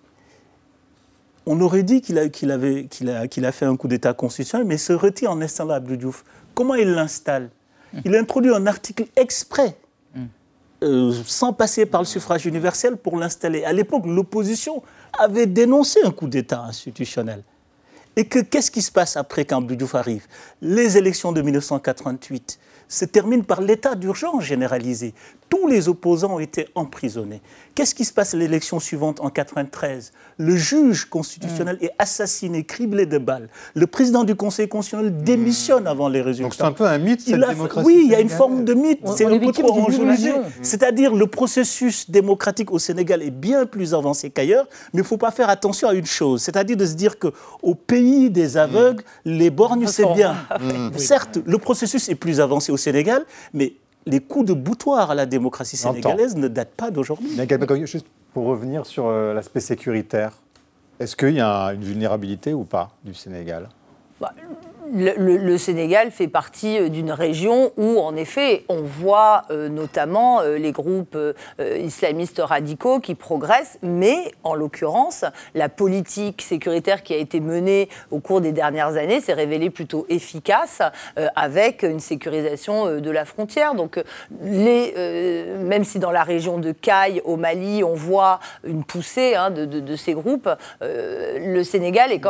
on aurait dit qu'il a, qu'il avait, qu'il a, qu'il a fait un coup d'État constitutionnel, mais il se retire en installant Abdou Diouf. Comment il l'installe ? Il a introduit un article exprès, euh, sans passer par le suffrage universel, pour l'installer. À l'époque, l'opposition avait dénoncé un coup d'État institutionnel. Et que, qu'est-ce qui se passe après quand Abdou Diouf arrive ? Les élections de mille neuf cent quatre-vingt-huit se terminent par l'état d'urgence généralisé. Tous les opposants ont été emprisonnés. Qu'est-ce qui se passe à l'élection suivante en quatre-vingt-treize ? Le juge constitutionnel mmh. est assassiné, criblé de balles. Le président du Conseil constitutionnel démissionne mmh. avant les résultats. Donc c'est un peu un mythe, cette a... démocratie. Oui, il y a une forme de mythe. On, c'est on un peu trop enjolivé. Mmh. C'est-à-dire le processus démocratique au Sénégal est bien plus avancé qu'ailleurs, mais il ne faut pas faire attention à une chose, c'est-à-dire de se dire qu'au pays des aveugles, mmh. les borgnes, c'est bien. Mmh. Certes, le processus est plus avancé au Sénégal, mais les coups de boutoir à la démocratie sénégalaise ne datent pas d'aujourd'hui. Juste pour revenir sur euh, l'aspect sécuritaire, est-ce qu'il y a une vulnérabilité ou pas du Sénégal ? bah, le, le, le Sénégal fait partie d'une région où, en effet, on voit euh, notamment euh, les groupes euh, islamistes radicaux qui progressent, mais en l'occurrence, la politique sécuritaire qui a été menée au cours des dernières années s'est révélée plutôt efficace euh, avec une sécurisation euh, de la frontière. Donc, les, euh, même si dans la région de Caille, au Mali, on voit une poussée hein, de, de, de ces groupes, euh, le Sénégal est quand même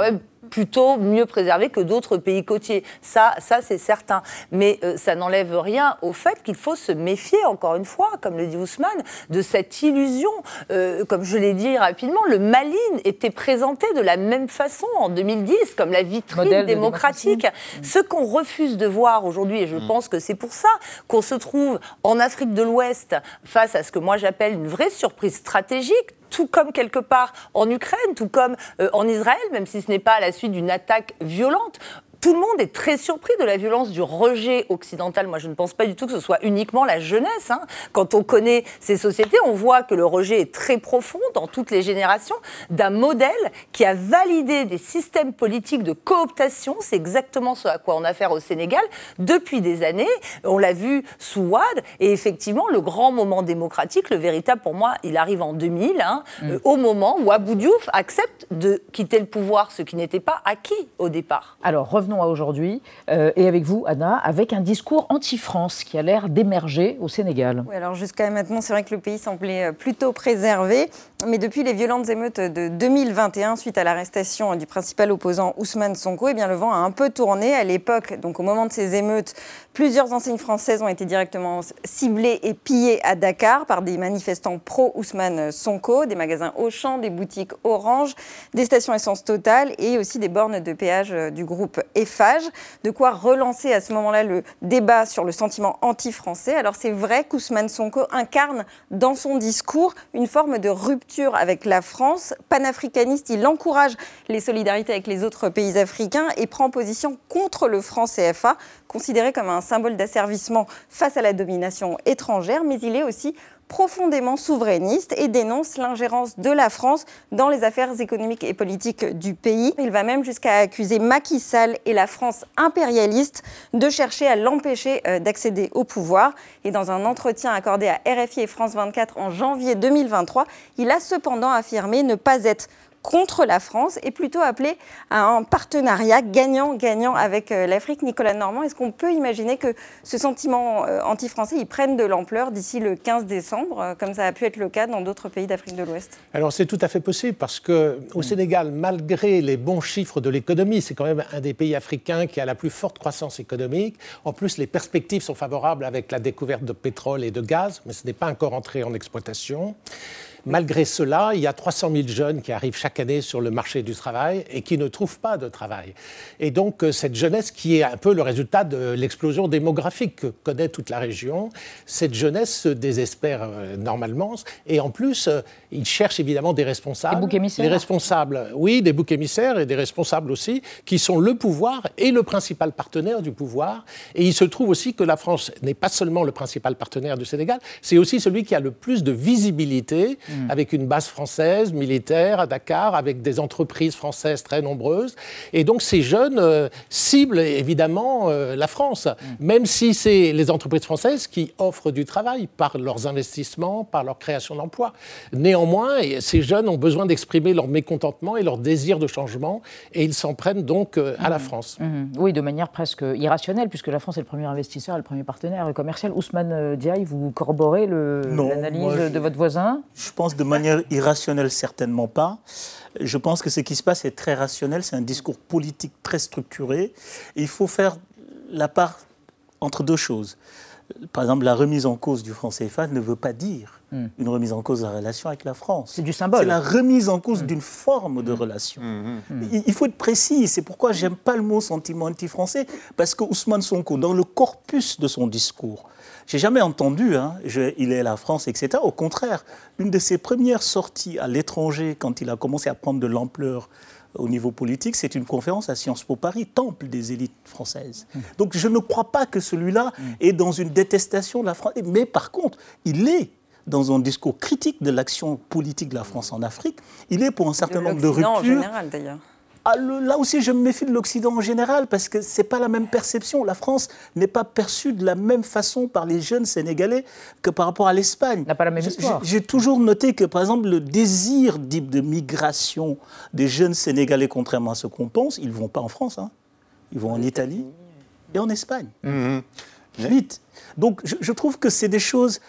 plutôt mieux préservé que d'autres pays côtiers. Ça, ça c'est certain. Mais euh, ça n'enlève rien au fait qu'il faut se méfier, encore une fois, comme le dit Ousmane, de cette illusion. Euh, comme je l'ai dit rapidement, le Mali était présenté de la même façon en deux mille dix, comme la vitrine Modèle démocratique. De Ce qu'on refuse de voir aujourd'hui, et je mmh. pense que c'est pour ça qu'on se trouve en Afrique de l'Ouest face à ce que moi j'appelle une vraie surprise stratégique, tout comme quelque part en Ukraine, tout comme euh, en Israël, même si ce n'est pas à la suite d'une attaque violente. Tout le monde est très surpris de la violence du rejet occidental. Moi, je ne pense pas du tout que ce soit uniquement la jeunesse. Hein. Quand on connaît ces sociétés, on voit que le rejet est très profond dans toutes les générations d'un modèle qui a validé des systèmes politiques de cooptation. C'est exactement ce à quoi on a affaire au Sénégal depuis des années. On l'a vu sous Wade. Et effectivement, le grand moment démocratique, le véritable pour moi, il arrive en deux mille, hein, mmh. euh, au moment où Abou Diouf accepte de quitter le pouvoir, ce qui n'était pas acquis au départ. Alors, revenons à aujourd'hui, euh, et avec vous, Anna, avec un discours anti-France qui a l'air d'émerger au Sénégal. Oui, alors jusqu'à maintenant, c'est vrai que le pays semblait plutôt préservé, mais depuis les violentes émeutes de deux mille vingt et un, suite à l'arrestation du principal opposant Ousmane Sonko, eh bien, le vent a un peu tourné. À l'époque, donc au moment de ces émeutes, plusieurs enseignes françaises ont été directement ciblées et pillées à Dakar par des manifestants pro-Ousmane Sonko, des magasins Auchan, des boutiques Orange, des stations essence Total et aussi des bornes de péage du groupe Eiffage, de quoi relancer à ce moment-là le débat sur le sentiment anti-français. Alors c'est vrai qu'Ousmane Sonko incarne dans son discours une forme de rupture avec la France. Panafricaniste, il encourage les solidarités avec les autres pays africains et prend position contre le franc C F A, considéré comme un symbole d'asservissement face à la domination étrangère, mais il est aussi profondément souverainiste et dénonce l'ingérence de la France dans les affaires économiques et politiques du pays. Il va même jusqu'à accuser Macky Sall et la France impérialiste de chercher à l'empêcher d'accéder au pouvoir. Et dans un entretien accordé à R F I et France vingt-quatre en janvier deux mille vingt-trois, il a cependant affirmé ne pas être contre la France et plutôt appelé à un partenariat gagnant-gagnant avec l'Afrique. Nicolas Normand, est-ce qu'on peut imaginer que ce sentiment anti-français il prenne de l'ampleur d'ici le quinze décembre, comme ça a pu être le cas dans d'autres pays d'Afrique de l'Ouest ? Alors c'est tout à fait possible parce qu'au Sénégal, malgré les bons chiffres de l'économie, c'est quand même un des pays africains qui a la plus forte croissance économique. En plus, les perspectives sont favorables avec la découverte de pétrole et de gaz, mais ce n'est pas encore entré en exploitation. Malgré cela, il y a trois cent mille jeunes qui arrivent chaque année sur le marché du travail et qui ne trouvent pas de travail. Et donc, cette jeunesse qui est un peu le résultat de l'explosion démographique que connaît toute la région, cette jeunesse se désespère euh, normalement. Et en plus, euh, ils cherchent évidemment des responsables. Des boucs émissaires. Des responsables, oui, des boucs émissaires et des responsables aussi, qui sont le pouvoir et le principal partenaire du pouvoir. Et il se trouve aussi que la France n'est pas seulement le principal partenaire du Sénégal, c'est aussi celui qui a le plus de visibilité, Mmh. avec une base française, militaire, à Dakar, avec des entreprises françaises très nombreuses. Et donc, ces jeunes euh, ciblent évidemment euh, la France, mmh. même si c'est les entreprises françaises qui offrent du travail par leurs investissements, par leur création d'emplois. Néanmoins, ces jeunes ont besoin d'exprimer leur mécontentement et leur désir de changement, et ils s'en prennent donc euh, à mmh. la France. Mmh. Oui, de manière presque irrationnelle, puisque la France est le premier investisseur et le premier partenaire commercial. Ousmane Diaye, vous corroborez le, non, l'analyse moi, je... de votre voisin ? Je pense de manière irrationnelle, certainement pas. Je pense que ce qui se passe est très rationnel, c'est un discours politique très structuré. Et il faut faire la part entre deux choses. Par exemple, la remise en cause du franc C F A ne veut pas dire mm. une remise en cause de la relation avec la France. C'est du symbole. C'est la remise en cause mm. d'une forme de relation. Mm. Mm. Il faut être précis, c'est pourquoi j'aime pas le mot sentiment anti-français, parce que Ousmane Sonko, dans le corpus de son discours, j'ai jamais entendu, hein, je, il est la France, et cetera. Au contraire, une de ses premières sorties à l'étranger, quand il a commencé à prendre de l'ampleur au niveau politique, c'est une conférence à Sciences Po Paris, temple des élites françaises. Mmh. Donc je ne crois pas que celui-là mmh. est dans une détestation de la France. Mais par contre, il est dans un discours critique de l'action politique de la France en Afrique. Il est pour un certain nombre de ruptures. En général, d'ailleurs. Ah, le, là aussi, je me méfie de l'Occident en général, parce que ce n'est pas la même perception. La France n'est pas perçue de la même façon par les jeunes Sénégalais que par rapport à l'Espagne. N'a pas la même histoire. J'ai, j'ai toujours noté que, par exemple, le désir dit de migration des jeunes Sénégalais, contrairement à ce qu'on pense, ils ne vont pas en France. Hein. Ils vont en Italie et en Espagne. Mmh. Vite. Donc, je, je trouve que c'est des choses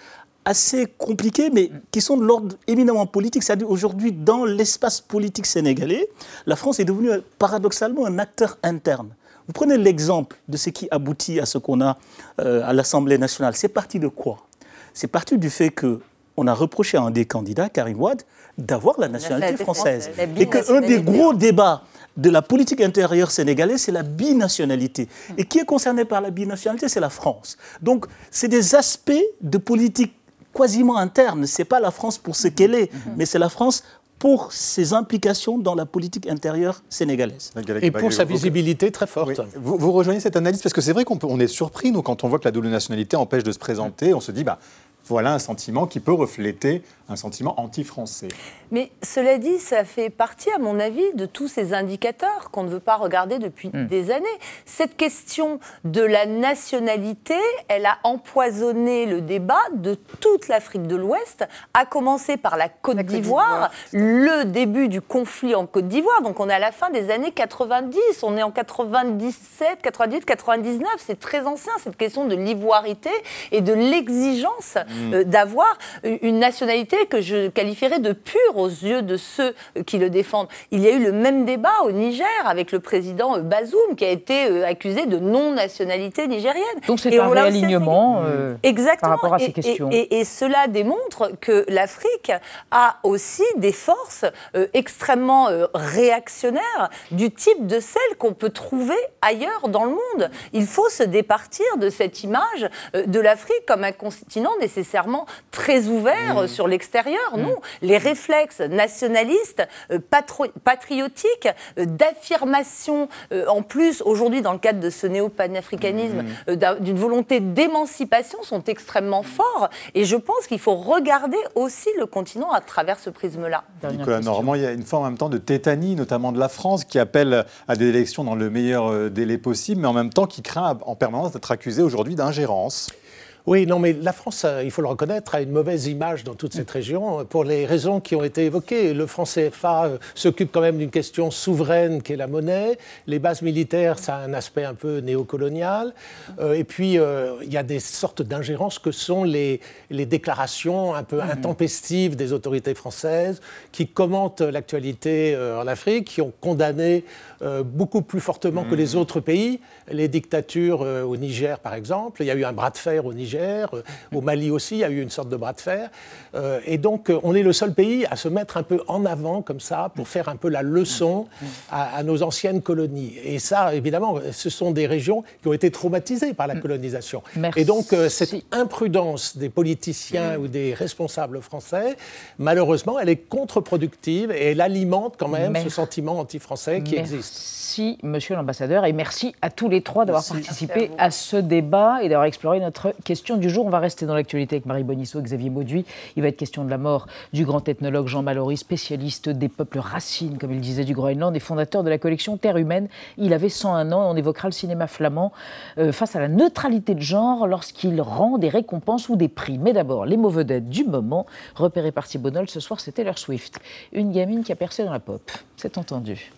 assez compliqués, mais qui sont de l'ordre éminemment politique. C'est-à-dire aujourd'hui, dans l'espace politique sénégalais, la France est devenue paradoxalement un acteur interne. Vous prenez l'exemple de ce qui aboutit à ce qu'on a euh, à l'Assemblée nationale. C'est parti de quoi? C'est parti du fait qu'on a reproché à un des candidats, Karim Wade, d'avoir la nationalité française. française. Et qu'un des gros débats de la politique intérieure sénégalaise, c'est la binationalité. Et qui est concerné par la binationalité, c'est la France. Donc, c'est des aspects de politique quasiment interne. Ce n'est pas la France pour ce qu'elle est, mais c'est la France pour ses implications dans la politique intérieure sénégalaise. Et pour sa visibilité très forte. Oui. Vous, vous rejoignez cette analyse, parce que c'est vrai qu'on peut, on est surpris, nous, quand on voit que la double nationalité empêche de se présenter, on se dit, bah, voilà un sentiment qui peut refléter un sentiment anti-français. Mais cela dit, ça fait partie, à mon avis, de tous ces indicateurs qu'on ne veut pas regarder depuis mmh. des années. Cette question de la nationalité, elle a empoisonné le débat de toute l'Afrique de l'Ouest, à commencer par la Côte la d'Ivoire, Côte d'Ivoire, le début du conflit en Côte d'Ivoire. Donc on est à la fin des années quatre-vingt-dix, on est en quatre-vingt-dix-sept, quatre-vingt-dix, quatre-vingt-dix-neuf, c'est très ancien, cette question de l'ivoirité et de l'exigence mmh. euh, d'avoir une nationalité que je qualifierais de pure aux yeux de ceux qui le défendent. Il y a eu le même débat au Niger avec le président Bazoum qui a été accusé de non-nationalité nigérienne. Donc c'est et un réalignement euh, par rapport à ces et, questions. Et, et, et cela démontre que l'Afrique a aussi des forces euh, extrêmement euh, réactionnaires du type de celles qu'on peut trouver ailleurs dans le monde. Il faut se départir de cette image euh, de l'Afrique comme un continent nécessairement très ouvert mmh. sur l'extérieur. Mmh. Non, les réflexes nationalistes, euh, patro- patriotiques, euh, d'affirmation, euh, en plus, aujourd'hui, dans le cadre de ce néo-panafricanisme, mmh. euh, d'une volonté d'émancipation, sont extrêmement forts. Et je pense qu'il faut regarder aussi le continent à travers ce prisme-là. Nicolas Normand, il y a une forme en même temps de tétanie, notamment de la France, qui appelle à des élections dans le meilleur délai possible, mais en même temps qui craint en permanence d'être accusée aujourd'hui d'ingérence. Oui, non, mais la France, il faut le reconnaître, a une mauvaise image dans toute cette région pour les raisons qui ont été évoquées. Le franc C F A euh, s'occupe quand même d'une question souveraine qui est la monnaie. Les bases militaires, ça a un aspect un peu néocolonial. Euh, et puis, euh, il y a des sortes d'ingérences que sont les, les déclarations un peu intempestives des autorités françaises qui commentent l'actualité euh, en Afrique, qui ont condamné euh, beaucoup plus fortement mmh. que les autres pays les dictatures euh, au Niger, par exemple. Il y a eu un bras de fer au Niger. Au Mali aussi, il y a eu une sorte de bras de fer. Euh, et donc, on est le seul pays à se mettre un peu en avant, comme ça, pour faire un peu la leçon à, à nos anciennes colonies. Et ça, évidemment, ce sont des régions qui ont été traumatisées par la colonisation. Merci. Et donc, euh, cette imprudence des politiciens mmh. ou des responsables français, malheureusement, elle est contre-productive et elle alimente quand même merci. ce sentiment anti-français qui merci, existe. Merci, monsieur l'ambassadeur, et merci à tous les trois d'avoir merci. participé à, à ce débat et d'avoir exploré notre question du jour. On va rester dans l'actualité avec Marie Bonisseau et Xavier Mauduit. Il va être question de la mort du grand ethnologue Jean Mallory, spécialiste des peuples racines, comme il disait, du Groenland et fondateur de la collection Terre humaine. Il avait cent un ans et on évoquera le cinéma flamand euh, face à la neutralité de genre lorsqu'il rend des récompenses ou des prix. Mais d'abord, les mots vedettes du moment, repérés par Thibault Nol, ce soir, c'est Taylor Swift. Une gamine qui a percé dans la pop. C'est entendu.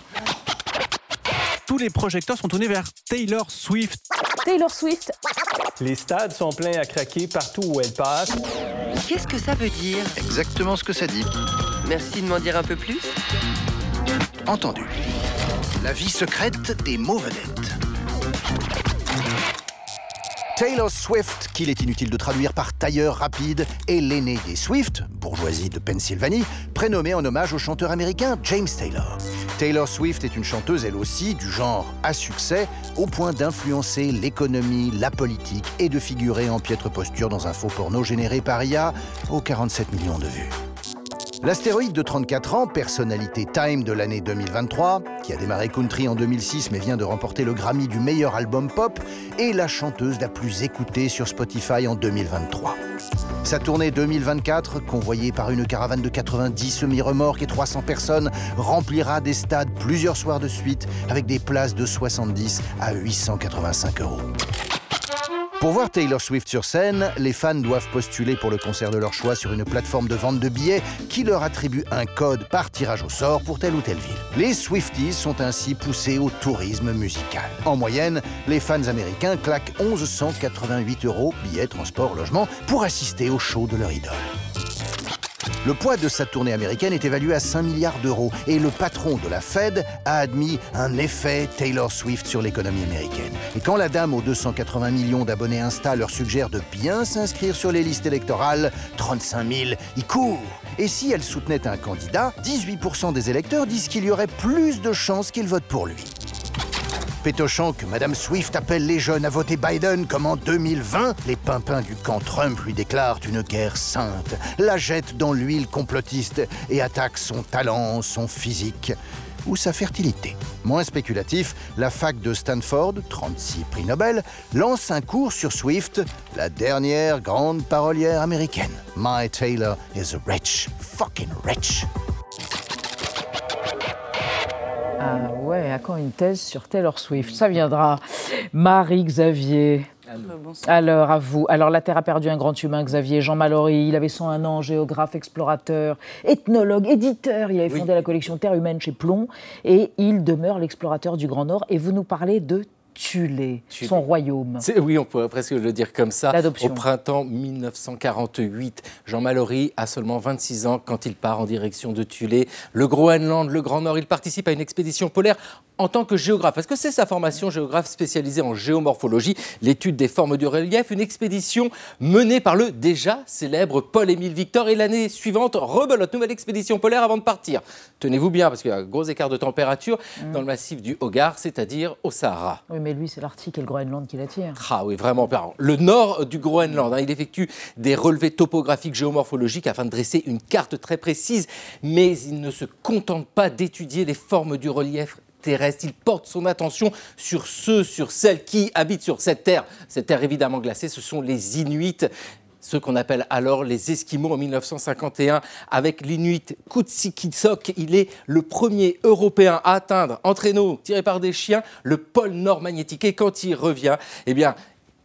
Tous les projecteurs sont tournés vers Taylor Swift. Taylor Swift. Les stades sont pleins à craquer partout où elle passe. Qu'est-ce que ça veut dire? Exactement ce que ça dit. Merci de m'en dire un peu plus. Entendu. La vie secrète des mots vedettes. Taylor Swift, qu'il est inutile de traduire par tailleur rapide, est l'aîné des Swift, bourgeoisie de Pennsylvanie, prénommée en hommage au chanteur américain James Taylor. Taylor Swift est une chanteuse, elle aussi, du genre à succès, au point d'influencer l'économie, la politique et de figurer en piètre posture dans un faux porno généré par I A aux quarante-sept millions de vues. L'astéroïde de trente-quatre ans, personnalité Time de l'année deux mille vingt-trois, qui a démarré country en deux mille six mais vient de remporter le Grammy du meilleur album pop, est la chanteuse la plus écoutée sur Spotify en deux mille vingt-trois. Sa tournée deux mille vingt-quatre, convoyée par une caravane de quatre-vingt-dix semi-remorques et trois cents personnes, remplira des stades plusieurs soirs de suite avec des places de soixante-dix à huit cent quatre-vingt-cinq euros. Pour voir Taylor Swift sur scène, les fans doivent postuler pour le concert de leur choix sur une plateforme de vente de billets qui leur attribue un code par tirage au sort pour telle ou telle ville. Les Swifties sont ainsi poussés au tourisme musical. En moyenne, les fans américains claquent mille cent quatre-vingt-huit euros, billets, transport, logement, pour assister au show de leur idole. Le poids de sa tournée américaine est évalué à cinq milliards d'euros et le patron de la Fed a admis un effet Taylor Swift sur l'économie américaine. Et quand la dame aux deux cent quatre-vingts millions d'abonnés Insta leur suggère de bien s'inscrire sur les listes électorales, trente-cinq mille y courent. Et si elle soutenait un candidat, dix-huit pour cent des électeurs disent qu'il y aurait plus de chances qu'ils votent pour lui. Pétochant que Madame Swift appelle les jeunes à voter Biden comme en deux mille vingt, les pimpins du camp Trump lui déclarent une guerre sainte, la jettent dans l'huile complotiste et attaquent son talent, son physique ou sa fertilité. Moins spéculatif, la fac de Stanford, trente-six prix Nobel, lance un cours sur Swift, la dernière grande parolière américaine. My Taylor is rich, fucking rich. Ah ouais, à quand une thèse sur Taylor Swift? Ça viendra. Marie-Xavier. Alors, à vous. Alors, la Terre a perdu un grand humain, Xavier. Jean Mallory, il avait cent un ans, géographe, explorateur, ethnologue, éditeur. Il avait fondé oui. la collection Terre humaine chez Plomb. Et il demeure l'explorateur du Grand Nord. Et vous nous parlez de Thulé, Thulé. son royaume. C'est, oui, on pourrait presque le dire comme ça. L'adoption. Au printemps mille neuf cent quarante-huit, Jean Mallory a seulement vingt-six ans quand il part en direction de Thulé, le Groenland, le Grand Nord. Il participe à une expédition polaire en tant que géographe. Est-ce que c'est sa formation, géographe spécialisé en géomorphologie, l'étude des formes du relief, une expédition menée par le déjà célèbre Paul-Émile Victor. Et l'année suivante, rebelote, nouvelle expédition polaire avant de partir. Tenez-vous bien, parce qu'il y a un gros écart de température mmh. dans le massif du Hogar, c'est-à-dire au Sahara. Oui, mais lui, c'est l'Arctique et le Groenland qui l'attire. Ah oui, vraiment. Le nord du Groenland, hein, il effectue des relevés topographiques géomorphologiques afin de dresser une carte très précise, mais il ne se contente pas d'étudier les formes du relief terrestre. Il porte son attention sur ceux, sur celles qui habitent sur cette terre. Cette terre évidemment glacée, ce sont les Inuits, ceux qu'on appelle alors les Esquimaux en mille neuf cent cinquante et un. Avec l'Inuit Kutsikitsok, il est le premier Européen à atteindre, en traîneau, tiré par des chiens, le pôle Nord magnétique. Et quand il revient, eh bien,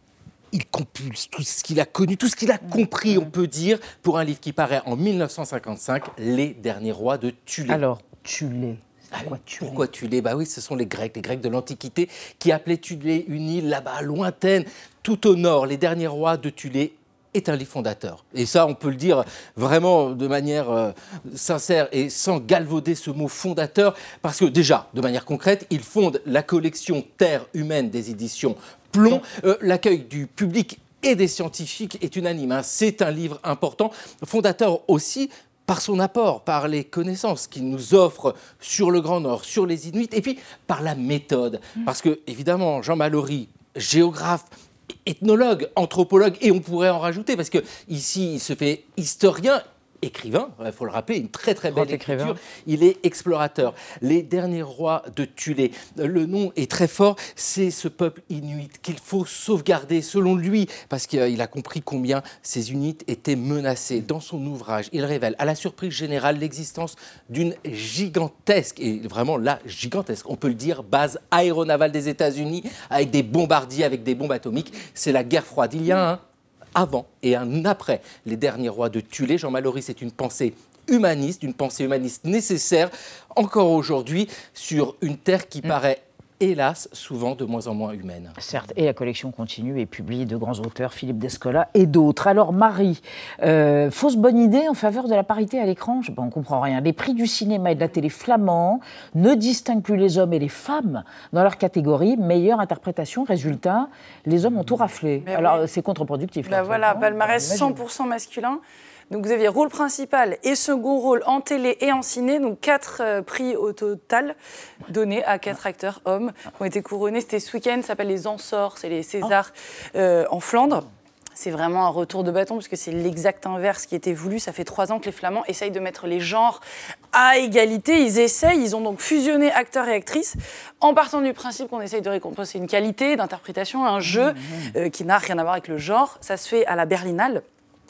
il compulse tout ce qu'il a connu, tout ce qu'il a compris, on peut dire, pour un livre qui paraît en mille neuf cent cinquante-cinq, Les Derniers Rois de Thulé. Alors, Thulé. Pourquoi Thulé Pourquoi Thulé Bah oui, ce sont les Grecs, les Grecs de l'Antiquité, qui appelaient Thulé une île là-bas, lointaine, tout au nord. Les Derniers Rois de Thulé est un livre fondateur. Et ça, on peut le dire vraiment de manière euh, sincère et sans galvauder ce mot fondateur, parce que déjà, de manière concrète, il fonde la collection Terre humaine des éditions Plomb. Euh, l'accueil du public et des scientifiques est unanime, hein. C'est un livre important, fondateur aussi par son apport, par les connaissances qu'il nous offre sur le Grand Nord, sur les Inuits, et puis par la méthode. Mmh. Parce que, évidemment, Jean Mallory, géographe, ethnologue, anthropologue, et on pourrait en rajouter, parce qu'ici, il se fait historien, écrivain, il faut le rappeler, une très très belle écriture, il est explorateur. Les Derniers Rois de Thulé, le nom est très fort, c'est ce peuple inuit qu'il faut sauvegarder selon lui, parce qu'il a compris combien ces Inuits étaient menacés. Dans son ouvrage, il révèle à la surprise générale l'existence d'une gigantesque, et vraiment la gigantesque, on peut le dire, base aéronavale des États-Unis, avec des bombardiers, avec des bombes atomiques. C'est la guerre froide. Il y a un avant et un après Les Derniers Rois de Thulé. Jean Mallory, c'est une pensée humaniste, une pensée humaniste nécessaire encore aujourd'hui sur une terre qui mmh. paraît, hélas, souvent de moins en moins humaine. Certes, et la collection continue et publie de grands auteurs, Philippe Descola et d'autres. Alors Marie, euh, fausse bonne idée en faveur de la parité à l'écran, je, bon, on ne comprend rien. Les prix du cinéma et de la télé flamands ne distinguent plus les hommes et les femmes dans leur catégorie. Meilleure interprétation, résultat, les hommes ont tout raflé. Mais Alors oui. c'est contre-productif. Bah là, voilà, palmarès cent pour cent masculin. Donc vous aviez rôle principal et second rôle en télé et en ciné, donc quatre euh, prix au total donnés à quatre acteurs hommes qui ont été couronnés. C'était ce week-end, ça s'appelle les Ansors, c'est les Césars euh, en Flandre. C'est vraiment un retour de bâton parce que c'est l'exact inverse qui était voulu. Ça fait trois ans que les Flamands essayent de mettre les genres à égalité. Ils essayent, ils ont donc fusionné acteurs et actrices en partant du principe qu'on essaye de récompenser une qualité d'interprétation, un jeu euh, qui n'a rien à voir avec le genre. Ça se fait à la Berlinale,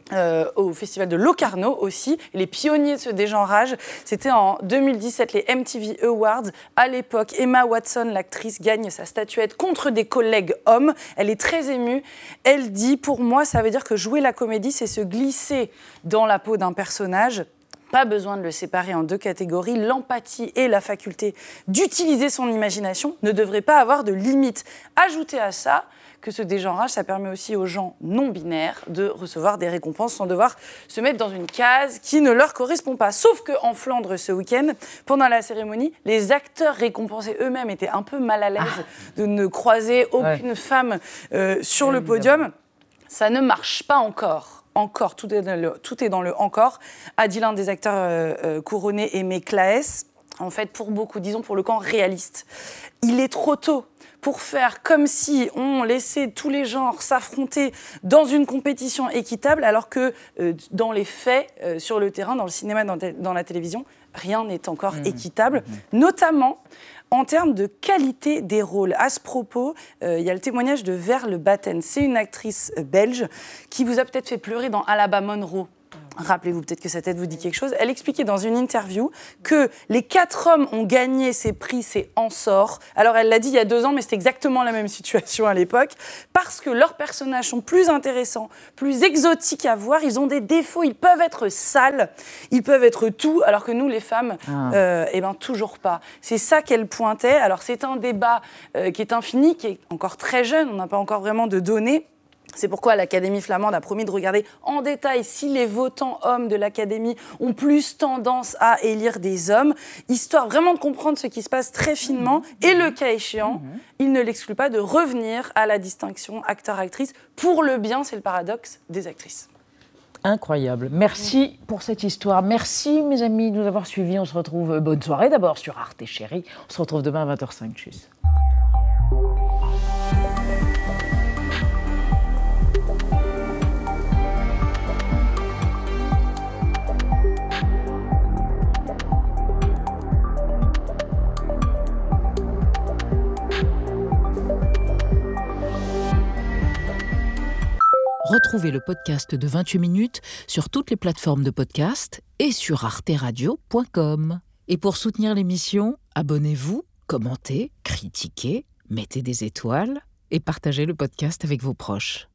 Euh, au festival de Locarno aussi. Les pionniers de ce dégenrage, c'était en deux mille dix-sept, les M T V Awards. À l'époque, Emma Watson, l'actrice, gagne sa statuette contre des collègues hommes. Elle est très émue. Elle dit « Pour moi, ça veut dire que jouer la comédie, c'est se glisser dans la peau d'un personnage. Pas besoin de le séparer en deux catégories. L'empathie et la faculté d'utiliser son imagination ne devraient pas avoir de limite. » Ajoutez à ça que ce dégenrage, ça permet aussi aux gens non-binaires de recevoir des récompenses sans devoir se mettre dans une case qui ne leur correspond pas. Sauf qu'en Flandre, ce week-end, pendant la cérémonie, les acteurs récompensés eux-mêmes étaient un peu mal à l'aise ah. de ne croiser aucune ouais. femme euh, sur ouais, le podium. Évidemment. Ça ne marche pas encore. Encore, tout est dans le, tout est dans le encore. A dit l'un des acteurs euh, euh, couronnés, Aimé Claes, en fait, pour beaucoup, disons pour le camp réaliste, il est trop tôt pour faire comme si on laissait tous les genres s'affronter dans une compétition équitable, alors que euh, dans les faits, euh, sur le terrain, dans le cinéma, dans, te- dans la télévision, rien n'est encore mmh. équitable, mmh. notamment en termes de qualité des rôles. À ce propos, euh, il y a le témoignage de Verle Batten. C'est une actrice belge qui vous a peut-être fait pleurer dans Alabama Monroe. Rappelez-vous, peut-être que sa tête vous dit quelque chose. Elle expliquait dans une interview que les quatre hommes ont gagné ces prix, ces Ensor. Alors, elle l'a dit il y a deux ans, mais c'était exactement la même situation à l'époque. Parce que leurs personnages sont plus intéressants, plus exotiques à voir. Ils ont des défauts, ils peuvent être sales, ils peuvent être tout, alors que nous, les femmes, ah. euh, eh ben, toujours pas. C'est ça qu'elle pointait. Alors, c'est un débat euh, qui est infini, qui est encore très jeune. On n'a pas encore vraiment de données. C'est pourquoi l'Académie flamande a promis de regarder en détail si les votants hommes de l'Académie ont plus tendance à élire des hommes, histoire vraiment de comprendre ce qui se passe très finement. Et le cas échéant, il ne l'exclut pas de revenir à la distinction acteur-actrice. Pour le bien, c'est le paradoxe des actrices. Incroyable. Merci pour cette histoire. Merci, mes amis, de nous avoir suivis. On se retrouve... Bonne soirée d'abord sur Arte Chérie. On se retrouve demain à vingt heures cinq. Tchuss. Retrouvez le podcast de vingt-huit minutes sur toutes les plateformes de podcast et sur arte radio point com. Et pour soutenir l'émission, abonnez-vous, commentez, critiquez, mettez des étoiles et partagez le podcast avec vos proches.